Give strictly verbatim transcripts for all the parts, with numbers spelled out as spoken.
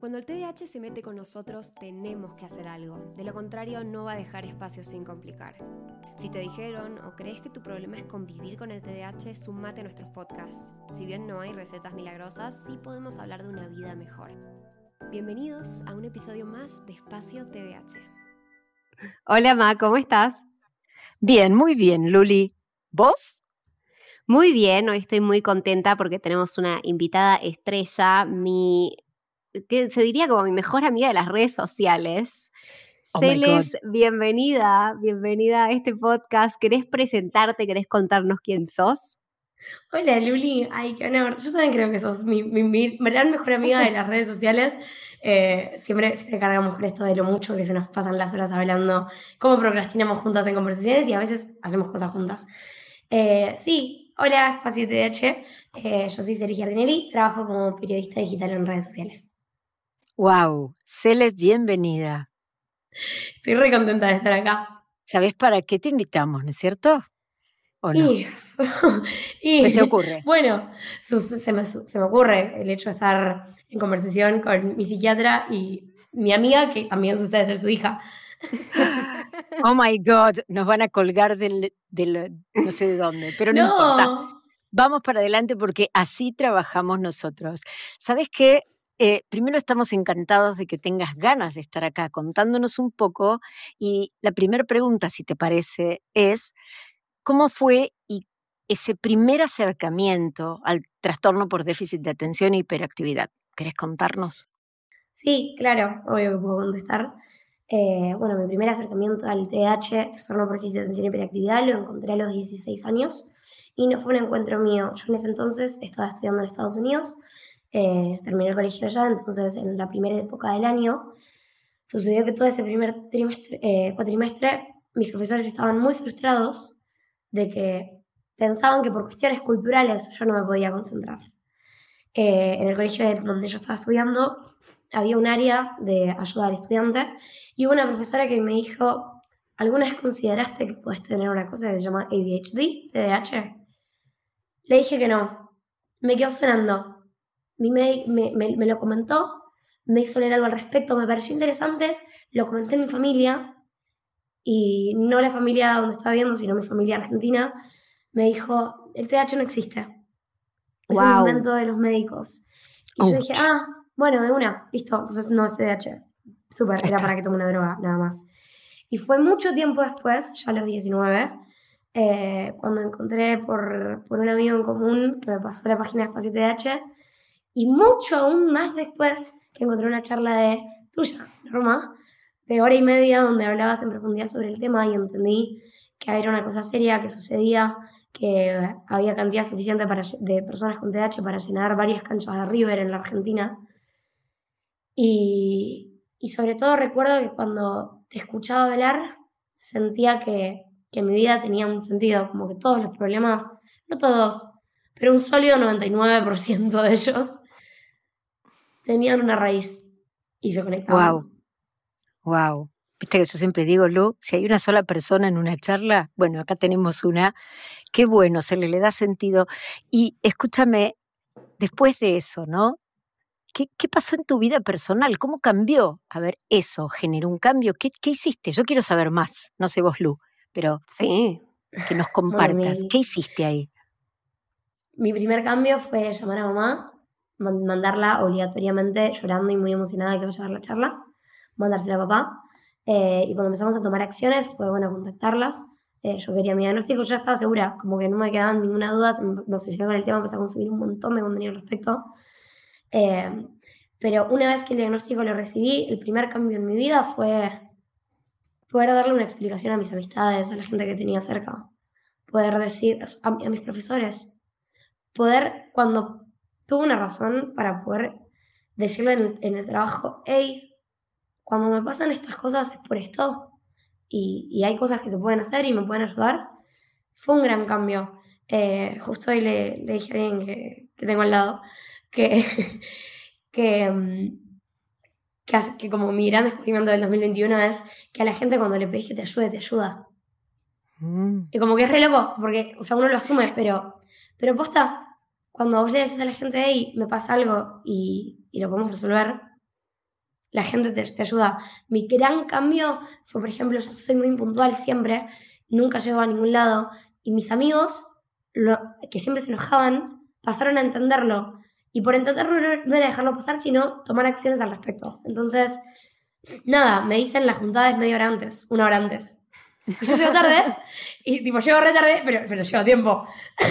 Cuando el T D A H se mete con nosotros, tenemos que hacer algo. De lo contrario, no va a dejar espacio sin complicar. Si te dijeron o crees que tu problema es convivir con el T D A H, sumate a nuestros podcasts. Si bien no hay recetas milagrosas, sí podemos hablar de una vida mejor. Bienvenidos a un episodio más de Espacio T D A H. Hola, Ma, ¿cómo estás? Bien, muy bien, Luli. ¿Vos? Muy bien, hoy estoy muy contenta porque tenemos una invitada estrella, mi, que se diría como mi mejor amiga de las redes sociales. Oh my God. Celes, bienvenida, bienvenida a este podcast. ¿Querés presentarte, querés contarnos quién sos? Hola Luli, ay qué honor. Yo también creo que sos mi, mi, mi gran mejor amiga de las redes sociales. Eh, siempre, siempre cargamos con esto de lo mucho que se nos pasan las horas hablando, cómo procrastinamos juntas en conversaciones y a veces hacemos cosas juntas. Eh, sí, hola, Espacio T D A H. Eh, yo soy Ceres Giardinelli, trabajo como periodista digital en redes sociales. Wow, Celes, bienvenida. Estoy re contenta de estar acá. ¿Sabés para qué te invitamos, no es cierto? ¿O no? Y, y ¿Qué te ocurre? Bueno, su- se me, se me ocurre el hecho de estar en conversación con mi psiquiatra y mi amiga, que también sucede ser su hija. Oh my God, nos van a colgar del, del no sé de dónde, pero no, No. importa. Vamos para adelante porque así trabajamos nosotros. ¿Sabés qué? Eh, primero estamos encantados de que tengas ganas de estar acá contándonos un poco y la primera pregunta, si te parece, es ¿cómo fue y ese primer acercamiento al trastorno por déficit de atención e hiperactividad? ¿Querés contarnos? Sí, claro, obvio que puedo contestar. Eh, bueno, mi primer acercamiento al T D A H, trastorno por déficit de atención y hiperactividad, lo encontré a los dieciséis años y no fue un encuentro mío. Yo en ese entonces estaba estudiando en Estados Unidos, eh, terminé el colegio allá, entonces en la primera época del año sucedió que todo ese primer trimestre, eh, cuatrimestre mis profesores estaban muy frustrados de que pensaban que por cuestiones culturales yo no me podía concentrar. Eh, en el colegio donde yo estaba estudiando había un área de ayuda al estudiante y hubo una profesora que me dijo, ¿alguna vez consideraste que puedes tener una cosa que se llama A D H D, T D A H? Le dije que no. Me quedó sonando. Mi me, me, me, me lo comentó, me hizo leer algo al respecto, me pareció interesante, lo comenté en mi familia y no la familia donde estaba viendo, sino mi familia argentina. Me dijo, el T D A H no existe. Es un Wow. invento de los médicos. Y Ouch. yo dije, ah, bueno, de una, listo, entonces no es T D A H. Súper, Ya era está. para que tome una droga, nada más. Y fue mucho tiempo después, ya a los diecinueve, eh, cuando encontré por, por un amigo en común que me pasó la página de Espacio T D A H, y mucho aún más después que encontré una charla de tuya, Norma, de hora y media donde hablabas en profundidad sobre el tema y entendí que era una cosa seria que sucedía, que había cantidad suficiente para, de personas con T D A H para llenar varias canchas de River en la Argentina. Y, y sobre todo recuerdo que cuando te escuchaba hablar sentía que, que mi vida tenía un sentido, como que todos los problemas, no todos, pero un sólido noventa y nueve por ciento de ellos tenían una raíz y se conectaban. Wow, wow. Viste que yo siempre digo, Lu, si hay una sola persona en una charla, bueno, acá tenemos una, qué bueno, se le, le da sentido. Y escúchame, después de eso, ¿no? ¿Qué, ¿Qué pasó en tu vida personal? ¿Cómo cambió? A ver, eso generó un cambio. ¿Qué, qué hiciste? Yo quiero saber más. No sé vos, Lu, pero Sí. que nos Bueno, compartas. mi, ¿Qué hiciste ahí? mi primer cambio fue llamar a mamá, man- mandarla obligatoriamente llorando y muy emocionada de que vaya a dar la charla, mandársela a papá. Eh, y cuando empezamos a tomar acciones fue bueno contactarlas. Eh, yo quería mi diagnóstico, ya estaba segura, como que no me quedaba ninguna duda, se me me obsesioné con el tema, empecé a consumir un montón de contenido al respecto. Eh, pero una vez que el diagnóstico lo recibí, el primer cambio en mi vida fue poder darle una explicación a mis amistades, a la gente que tenía cerca, poder decir a, a mis profesores, poder, cuando tuve una razón para poder decirle en el, en el trabajo, hey, cuando me pasan estas cosas es por esto, y, y hay cosas que se pueden hacer y me pueden ayudar, fue un gran cambio. Eh, justo hoy le, le dije a alguien que, que tengo al lado que, que, mm, que, hace- que como mi gran descubrimiento del dos mil veintiuno es que a la gente cuando le pedís que te ayude, te ayuda. Mm. Y como que es re loco, porque, o sea, uno lo asume, pero, pero posta, cuando vos le decís a la gente, hey, me pasa algo y, y lo podemos resolver, la gente te, te ayuda. Mi gran cambio fue, por ejemplo, yo soy muy impuntual siempre, nunca llego a ningún lado, y mis amigos, lo, que siempre se enojaban, pasaron a entenderlo. Y por entenderlo no era dejarlo pasar, sino tomar acciones al respecto. Entonces, nada, me dicen la juntada es media hora antes, una hora antes. Y yo llego tarde, y tipo, llego re tarde, pero, pero llego a tiempo.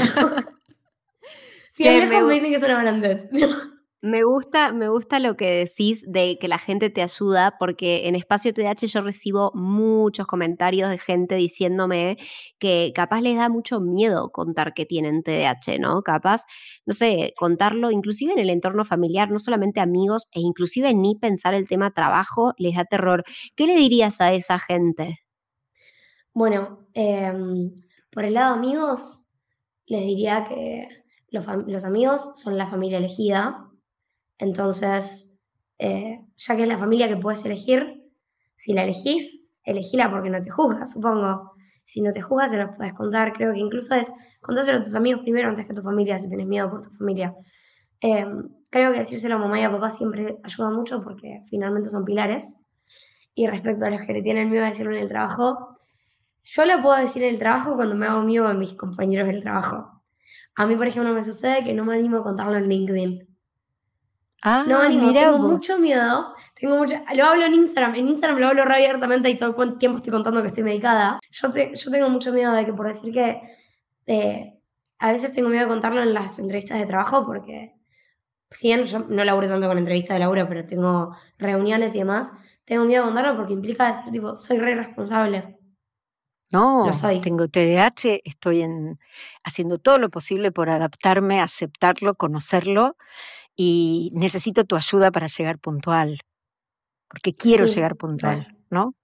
Si es lejos me dicen que es una hora antes. Me gusta, me gusta lo que decís de que la gente te ayuda, porque en Espacio T D A H yo recibo muchos comentarios de gente diciéndome que capaz les da mucho miedo contar que tienen T D A H, ¿no? Capaz, no sé, contarlo inclusive en el entorno familiar, no solamente amigos, e inclusive ni pensar el tema trabajo les da terror. ¿Qué le dirías a esa gente? Bueno, eh, por el lado amigos, les diría que los, los amigos son la familia elegida. Entonces, eh, ya que es la familia que puedes elegir, si la elegís, elegíla porque no te juzga, supongo. Si no te juzga, se lo puedes contar. Creo que incluso es contárselo a tus amigos primero antes que a tu familia, si tenés miedo por tu familia. Eh, creo que decírselo a mamá y a papá siempre ayuda mucho porque finalmente son pilares. Y respecto a los que le tienen miedo a decirlo en el trabajo, yo lo puedo decir en el trabajo cuando me hago miedo a mis compañeros del trabajo. A mí, por ejemplo, me sucede que no me animo a contarlo en LinkedIn. Ah, no, animo, mira tengo vos. mucho miedo, tengo mucho, lo hablo en Instagram, en Instagram lo hablo re abiertamente y todo el tiempo estoy contando que estoy medicada. Yo, te, yo tengo mucho miedo de que por decir que eh, a veces tengo miedo de contarlo en las entrevistas de trabajo porque si bien yo no laburo tanto con entrevistas de laburo, pero tengo reuniones y demás, tengo miedo de contarlo porque implica decir tipo, soy re responsable. No, Lo soy. tengo T D A H, estoy en, haciendo todo lo posible por adaptarme, aceptarlo, conocerlo y necesito tu ayuda para llegar puntual, porque quiero Sí, llegar puntual, re. ¿no?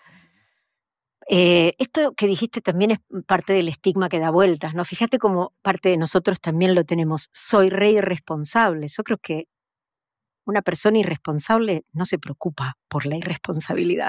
Eh, esto que dijiste también es parte del estigma que da vueltas, ¿no? Fíjate cómo parte de nosotros también lo tenemos. Soy re irresponsable. Yo creo que una persona irresponsable no se preocupa por la irresponsabilidad.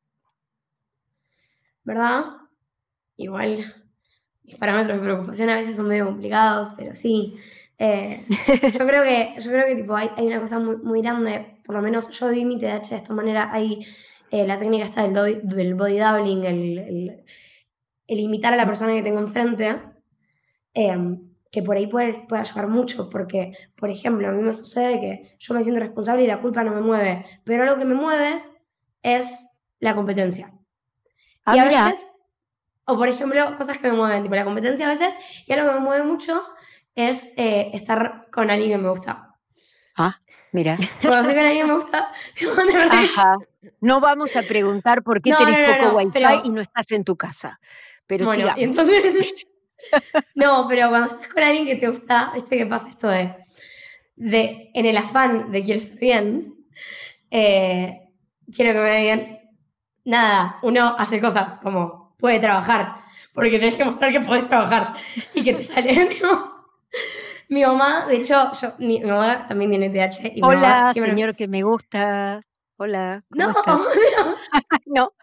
¿Verdad? Igual, mis parámetros de preocupación a veces son medio complicados, pero sí. Eh, yo creo que, yo creo que tipo, hay, hay una cosa muy, muy grande, por lo menos yo vi mi T D A H de esta manera, hay eh, la técnica esta del, do, del body doubling, el, el, el imitar a la persona que tengo enfrente, eh, que por ahí puede, puede ayudar mucho, porque, por ejemplo, a mí me sucede que yo me siento responsable y la culpa no me mueve, pero lo que me mueve es la competencia. Ah, y a mirá. veces... O, por ejemplo, cosas que me mueven, tipo la competencia a veces, y algo que me mueve mucho es eh, estar con alguien que me gusta. Ah, mira. Cuando estoy con alguien que me gusta, tipo, de verdad. Ajá. No vamos a preguntar por qué No, tenés no, no, poco no, wifi pero- y no estás en tu casa. Pero Bueno, sigamos. y entonces... No, pero cuando estás con alguien que te gusta, viste que pasa esto de... de en el afán de quiero estar bien, eh, quiero que me vea bien. Nada, uno hace cosas como puede trabajar, porque tenés que mostrar que podés trabajar y que te sale, tipo... Mi mamá, de hecho, yo, mi, mi mamá también tiene T D A H. Y mi mamá Hola, siempre señor me... que me gusta. Hola, ¿cómo No, estás? no. No.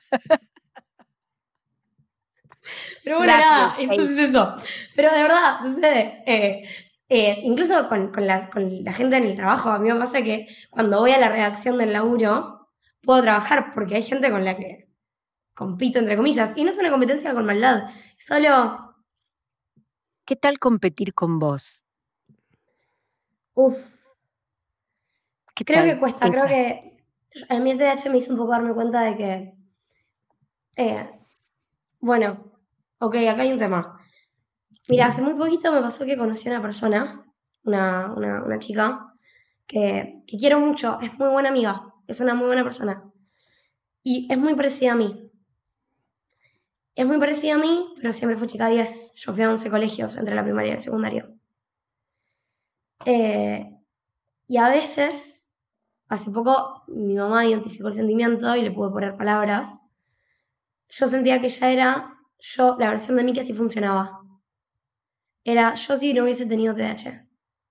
Pero bueno, Flash nada, del entonces eso. Pero de verdad, sucede. Eh, eh, incluso con, con, las, con la gente en el trabajo, a mí me pasa que cuando voy a la redacción del laburo, puedo trabajar porque hay gente con la que compito, entre comillas. Y no es una competencia con maldad. Es solo... ¿Qué tal competir con vos? Uf. ¿Qué Creo tal? que cuesta, creo Esa. que... A mí el T D A H me hizo un poco darme cuenta de que... Eh, bueno, ok, acá hay un tema. Mira, hace muy poquito me pasó que conocí a una persona, una, una, una chica, que, que quiero mucho, es muy buena amiga, es una muy buena persona. Y es muy parecida a mí. Es muy parecida a mí, pero siempre fue chica diez. Yo fui a once colegios entre la primaria y el secundario. Eh, y a veces, hace poco, mi mamá identificó el sentimiento y le pude poner palabras. Yo sentía que ella era yo, la versión de mí que así funcionaba. Era yo si no hubiese tenido T D A H.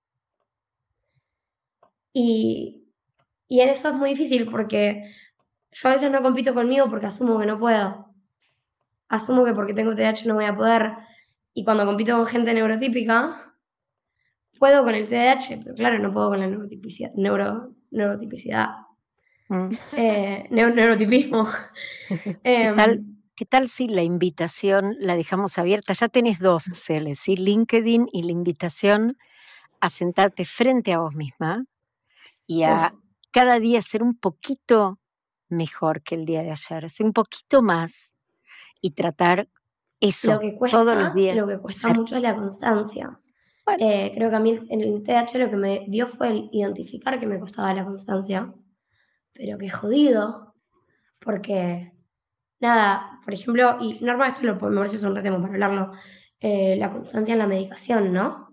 Y, y en eso es muy difícil porque yo a veces no compito conmigo porque asumo que no puedo. Asumo que porque tengo T D A H no voy a poder. Y cuando compito con gente neurotípica, puedo con el T D A H, pero claro, no puedo con la neurotipicidad. Neuro, neurotipicidad. Mm. Eh, neu- neurotipismo. ¿Qué tal, Em, qué tal si la invitación la dejamos abierta? Ya tenés dos, Cele, ¿sí? LinkedIn y la invitación a sentarte frente a vos misma y uf, a cada día ser un poquito mejor que el día de ayer, ser un poquito más y tratar lo eso que todos los cuesta, días lo que de cuesta ser. mucho es la constancia. Bueno, Eh, creo que a mí en el T D A H lo que me dio fue el identificar que me costaba la constancia, pero qué jodido, porque nada, por ejemplo, y Norma, esto lo, me parece que es un retemo para hablarlo, eh, la constancia en la medicación, ¿no?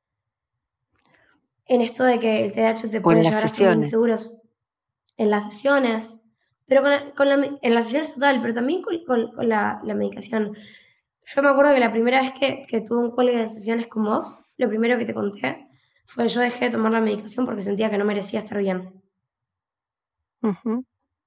En esto de que el T D A H te o en puede las llevar a ser muy sesiones. inseguros en las sesiones, pero con la, con la, en las sesiones total, pero también con, con, con la, la medicación. Yo me acuerdo que la primera vez que, que tuve un cuelgue de sesiones con vos, lo primero que te conté fue que yo dejé de tomar la medicación porque sentía que no merecía estar bien. Ujú.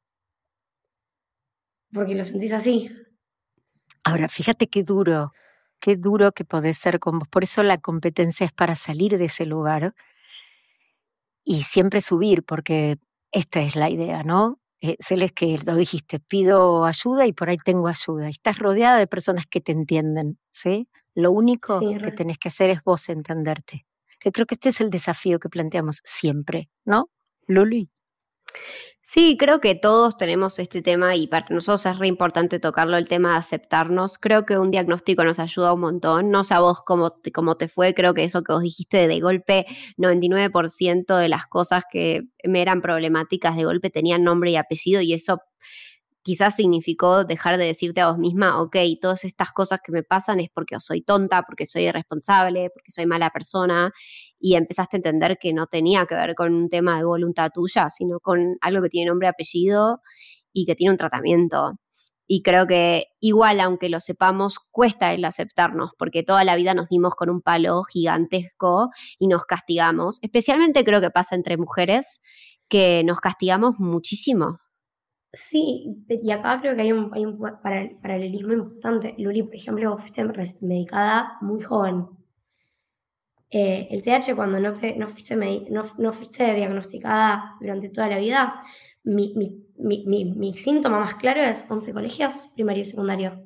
Porque lo sentís así. Ahora, fíjate qué duro, qué duro que podés ser con vos. Por eso la competencia es para salir de ese lugar y siempre subir, porque esta es la idea, ¿no? Eh, Celes, que lo dijiste, pido ayuda y por ahí tengo ayuda. Y estás rodeada de personas que te entienden, ¿sí? Lo único Sí, que re. tenés que hacer es vos entenderte. Que creo que este es el desafío que planteamos siempre, ¿no, Luli? Sí, creo que todos tenemos este tema y para nosotros es re importante tocarlo, el tema de aceptarnos. Creo que un diagnóstico nos ayuda un montón. No sé a vos cómo te, cómo te fue, creo que eso que vos dijiste de golpe, noventa y nueve por ciento de las cosas que me eran problemáticas de golpe tenían nombre y apellido y eso quizás significó dejar de decirte a vos misma, ok, todas estas cosas que me pasan es porque soy tonta, porque soy irresponsable, porque soy mala persona, y empezaste a entender que no tenía que ver con un tema de voluntad tuya, sino con algo que tiene nombre y apellido y que tiene un tratamiento. Y creo que igual, aunque lo sepamos, cuesta el aceptarnos, porque toda la vida nos dimos con un palo gigantesco y nos castigamos. Especialmente creo que pasa entre mujeres, que nos castigamos muchísimo. Sí, y acá creo que hay un, hay un paralelismo importante. Luli, por ejemplo, vos fuiste medicada muy joven. Eh, el T D A H, cuando no, te, no, fuiste medi- no, no fuiste diagnosticada durante toda la vida, mi, mi, mi, mi, mi síntoma más claro es once colegios, primario y secundario.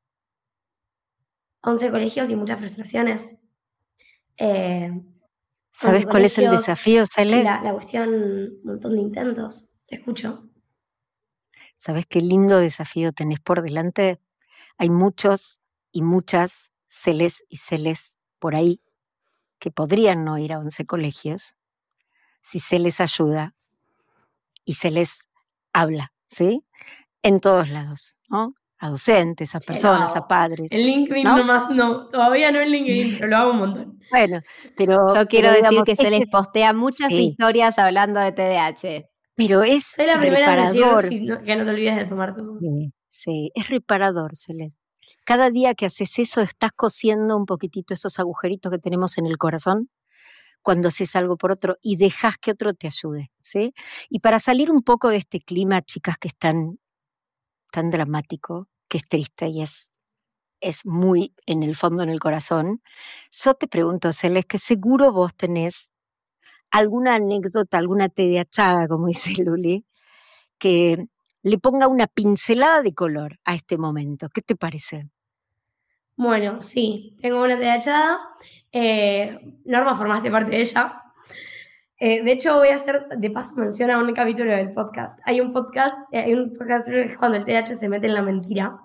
once colegios y muchas frustraciones. Eh, once ¿Sabes cuál es el colegios, desafío, Cele? la, la cuestión, un montón de intentos. Te escucho. ¿Sabes qué lindo desafío tenés por delante? Hay muchos y muchas Celes y Celes por ahí que podrían no ir a once colegios si se les ayuda y se les habla, ¿sí? En todos lados, ¿no? A docentes, a Che, lo personas, a hago. padres, En LinkedIn ¿no? nomás no, todavía no en LinkedIn, pero lo hago un montón. Bueno, pero, Yo quiero pero decir digamos, que se este les es, postea muchas sí, historias hablando de T D A H. pero es Soy la primera en decir reparador, si no- que no te olvides de tomar tu... sí, sí, es reparador, Celeste. Cada día que haces eso estás cosiendo un poquitito esos agujeritos que tenemos en el corazón cuando haces algo por otro y dejas que otro te ayude, ¿sí? Y para salir un poco de este clima, chicas, que es tan, tan dramático, que es triste y es, es muy en el fondo, en el corazón, yo te pregunto, Celeste, que seguro vos tenés alguna anécdota, alguna tediachada, como dice Luli, que le ponga una pincelada de color a este momento. ¿Qué te parece? Bueno, sí, tengo una T D A H. Eh, Norma, formaste parte de ella. Eh, de hecho, voy a hacer, de paso, mención a un capítulo del podcast. Hay un podcast, eh, hay un podcast que es cuando el T D A H se mete en la mentira,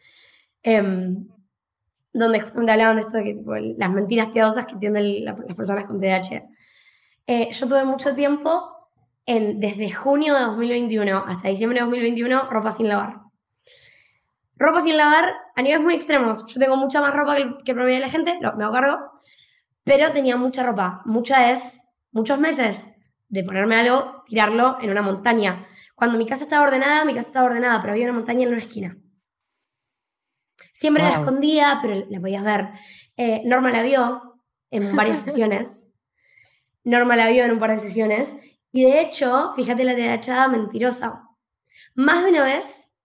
em, donde justamente hablaban de esto de que tipo, las mentiras piadosas que tienen la- las personas con T D A H. Eh, yo tuve mucho tiempo, en, desde junio de dos mil veintiuno hasta diciembre de dos mil veintiuno, ropa sin lavar. Ropa sin lavar a niveles muy extremos. Yo tengo mucha más ropa que, el- que el promedio de la gente, lo- me hago cargo, pero tenía mucha ropa. Mucha es muchos meses de ponerme algo, tirarlo en una montaña. Cuando mi casa estaba ordenada, mi casa estaba ordenada, pero había una montaña en una esquina. Siempre la Wow. escondía, pero la podías ver. Eh, Norma la vio en varias sesiones. Norma la vio en un par de sesiones. Y de hecho, fíjate la tedachada mentirosa. Más de una vez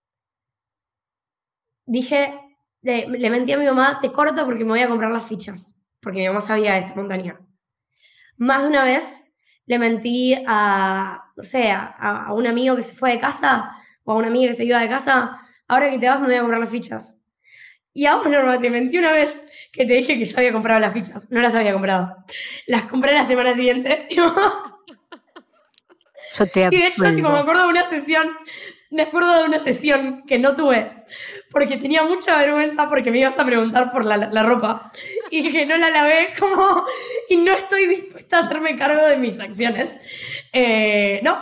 dije, le, le mentí a mi mamá, te corto porque me voy a comprar las fichas. Porque mi mamá sabía de esta montaña. Más de una vez le mentí a, no sé, a, a un amigo que se fue de casa o a una amiga que se iba de casa, ahora que te vas me voy a comprar las fichas. Y a vos, Norma, te mentí una vez que te dije que yo había comprado las fichas. No las había comprado. Las compré la semana siguiente. Yo te y de hecho, tipo, me acuerdo de una sesión, me acuerdo de una sesión que no tuve, porque tenía mucha vergüenza porque me ibas a preguntar por la, la ropa. Y dije, no la lavé, como, y no estoy dispuesta a hacerme cargo de mis acciones. Eh, no.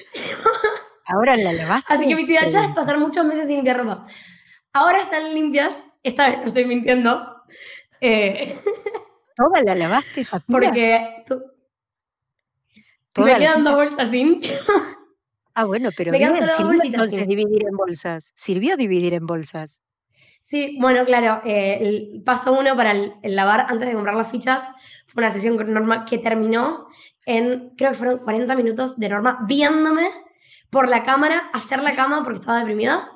Ahora la lavaste. Así que mi tía ya es pasar muchos meses sin limpiar ropa. Ahora están limpias, esta vez no estoy mintiendo. Eh, ¿Toda la lavaste esa pila? Porque tú, me quedan dos bolsas sin. Ah, bueno, pero me bien, quedan solo dos sirvió bolsitas entonces sin. dividir en bolsas. Sirvió dividir en bolsas. Sí, bueno, claro, eh, el paso uno para el, el lavar antes de comprar las fichas fue una sesión con Norma que terminó en, creo que fueron cuarenta minutos de Norma viéndome por la cámara hacer la cama porque estaba deprimida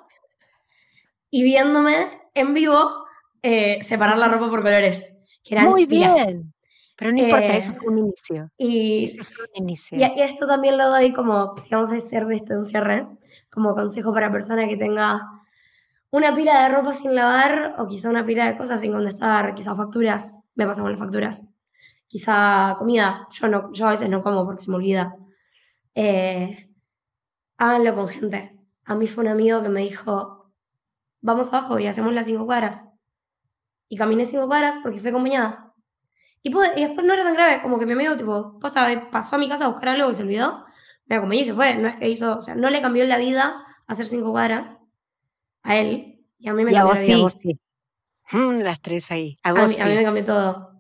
y viéndome en vivo eh, separar la ropa por colores. Que eran Muy pilas. bien, pero no importa, Eh, eso fue un inicio. Y, Ese fue un inicio. y, y esto también lo doy como, si vamos a hacer de esto un cierre, como consejo para persona que tenga una pila de ropa sin lavar o quizá una pila de cosas sin contestar, quizá facturas, me pasa con las facturas, quizá comida, yo, no, yo a veces no como porque se me olvida. Eh, háganlo con gente. A mí fue un amigo que me dijo, vamos abajo y hacemos las cinco cuadras. Y caminé cinco cuadras porque fui acompañada. Y, pude, y después no era tan grave, como que mi amigo tipo, pasa, pasó a mi casa a buscar algo que se olvidó, me acompañé y se fue. No es que hizo, o sea, no le cambió la vida hacer cinco cuadras a él, y a mí me y cambió a vos la vida. Sí. A vos sí. Mm, las tres ahí. A, A vos mí, sí. a mí me cambió todo.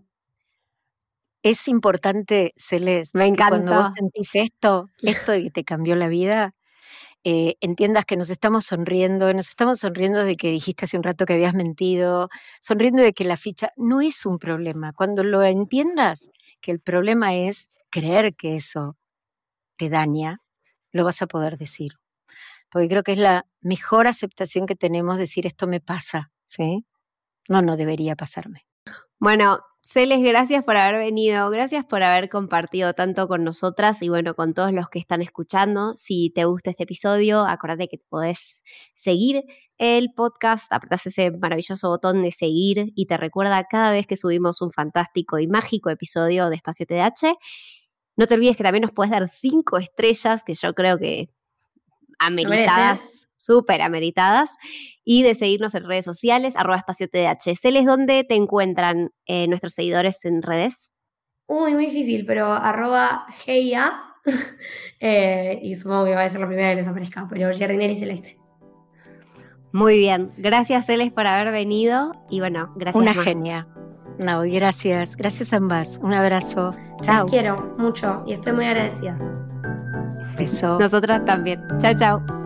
Es importante, Celeste, Me que cuando vos encanta. sentís esto, esto de que te cambió la vida, eh, entiendas que nos estamos sonriendo, nos estamos sonriendo de que dijiste hace un rato que habías mentido, sonriendo de que la ficha no es un problema. Cuando lo entiendas, que el problema es creer que eso te daña, lo vas a poder decir. Porque creo que es la mejor aceptación que tenemos, decir esto me pasa, ¿sí? No, no debería pasarme. Bueno, Celes, gracias por haber venido, gracias por haber compartido tanto con nosotras y bueno, con todos los que están escuchando. Si te gusta este episodio, acuérdate que podés seguir el podcast, apretás ese maravilloso botón de seguir y te recuerda cada vez que subimos un fantástico y mágico episodio de Espacio T D A H. No te olvides que también nos puedes dar cinco estrellas, que yo creo que ameritadas, súper ameritadas, y de seguirnos en redes sociales, arroba espacio T D A H. Celes, ¿dónde te encuentran eh, nuestros seguidores en redes? Uy, muy difícil, pero arroba Geia, eh, y supongo que va a ser la primera que les aparezca, pero Giardinelli Celeste. Muy bien, gracias Celes por haber venido, y bueno, gracias. Una Ma. genia. No, gracias, gracias a ambas. Un abrazo. Chao. Les quiero mucho y estoy muy agradecida. Beso. Nosotras también. Chao, chao.